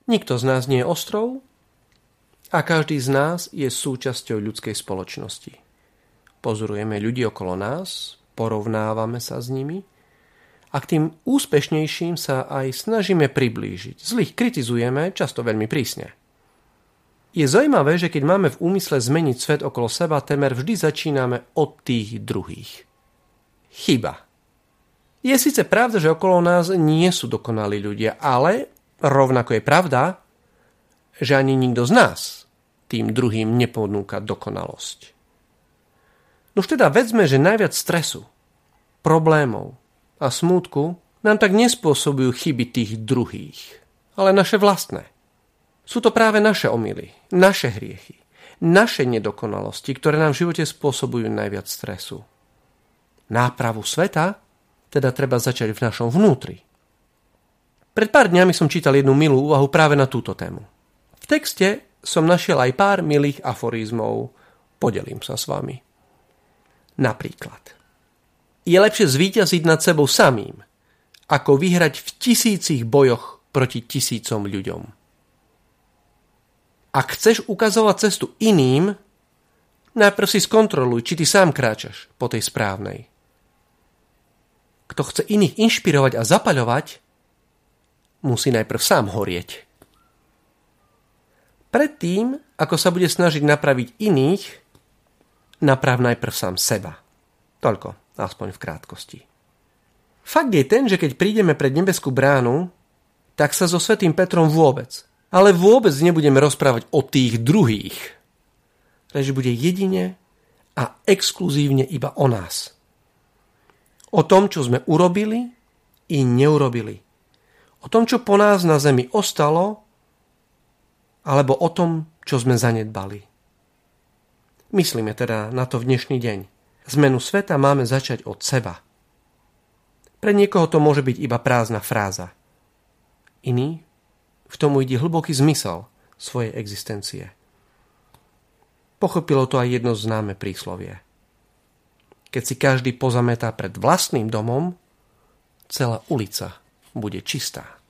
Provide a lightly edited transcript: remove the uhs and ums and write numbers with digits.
Nikto z nás nie je ostrov a každý z nás je súčasťou ľudskej spoločnosti. Pozorujeme ľudí okolo nás, porovnávame sa s nimi a k tým úspešnejším sa aj snažíme priblížiť. Zlých kritizujeme, často veľmi prísne. Je zaujímavé, že keď máme v úmysle zmeniť svet okolo seba, temer vždy začíname od tých druhých. Chyba. Je síce pravda, že okolo nás nie sú dokonalí ľudia, ale rovnako je pravda, že ani nikto z nás tým druhým neponúka dokonalosť. Nož teda vedzme, že najviac stresu, problémov a smútku nám tak nespôsobujú chyby tých druhých, ale naše vlastné. Sú to práve naše omyly, naše hriechy, naše nedokonalosti, ktoré nám v živote spôsobujú najviac stresu. Nápravu sveta teda treba začať v našom vnútri. Pred pár dňami som čítal jednu milú úvahu práve na túto tému. V texte som našiel aj pár milých aforizmov, podelím sa s vami. Napríklad. Je lepšie zvíťaziť nad sebou samým, ako vyhrať v 1000 bojoch proti 1000 ľuďom. Ak chceš ukazovať cestu iným, najprv si skontroluj, či ty sám kráčaš po tej správnej. Kto chce iných inšpirovať a zapaľovať, musí najprv sám horieť. Predtým, ako sa bude snažiť napraviť iných, naprav najprv sám seba. Toľko, aspoň v krátkosti. Fakt je ten, že keď prídeme pred nebeskú bránu, tak sa so svätým Petrom ale vôbec nebudeme rozprávať o tých druhých. Reč bude jedine a exkluzívne iba o nás. O tom, čo sme urobili i neurobili. O tom, čo po nás na zemi ostalo, alebo o tom, čo sme zanedbali. Myslíme teda na to v dnešný deň. Zmenu sveta máme začať od seba. Pre niekoho to môže byť iba prázdna fráza. Iný v tomu ide hlboký zmysel svojej existencie. Pochopilo to aj jedno známe príslovie. Keď si každý pozametá pred vlastným domom, celá ulica bude čistá.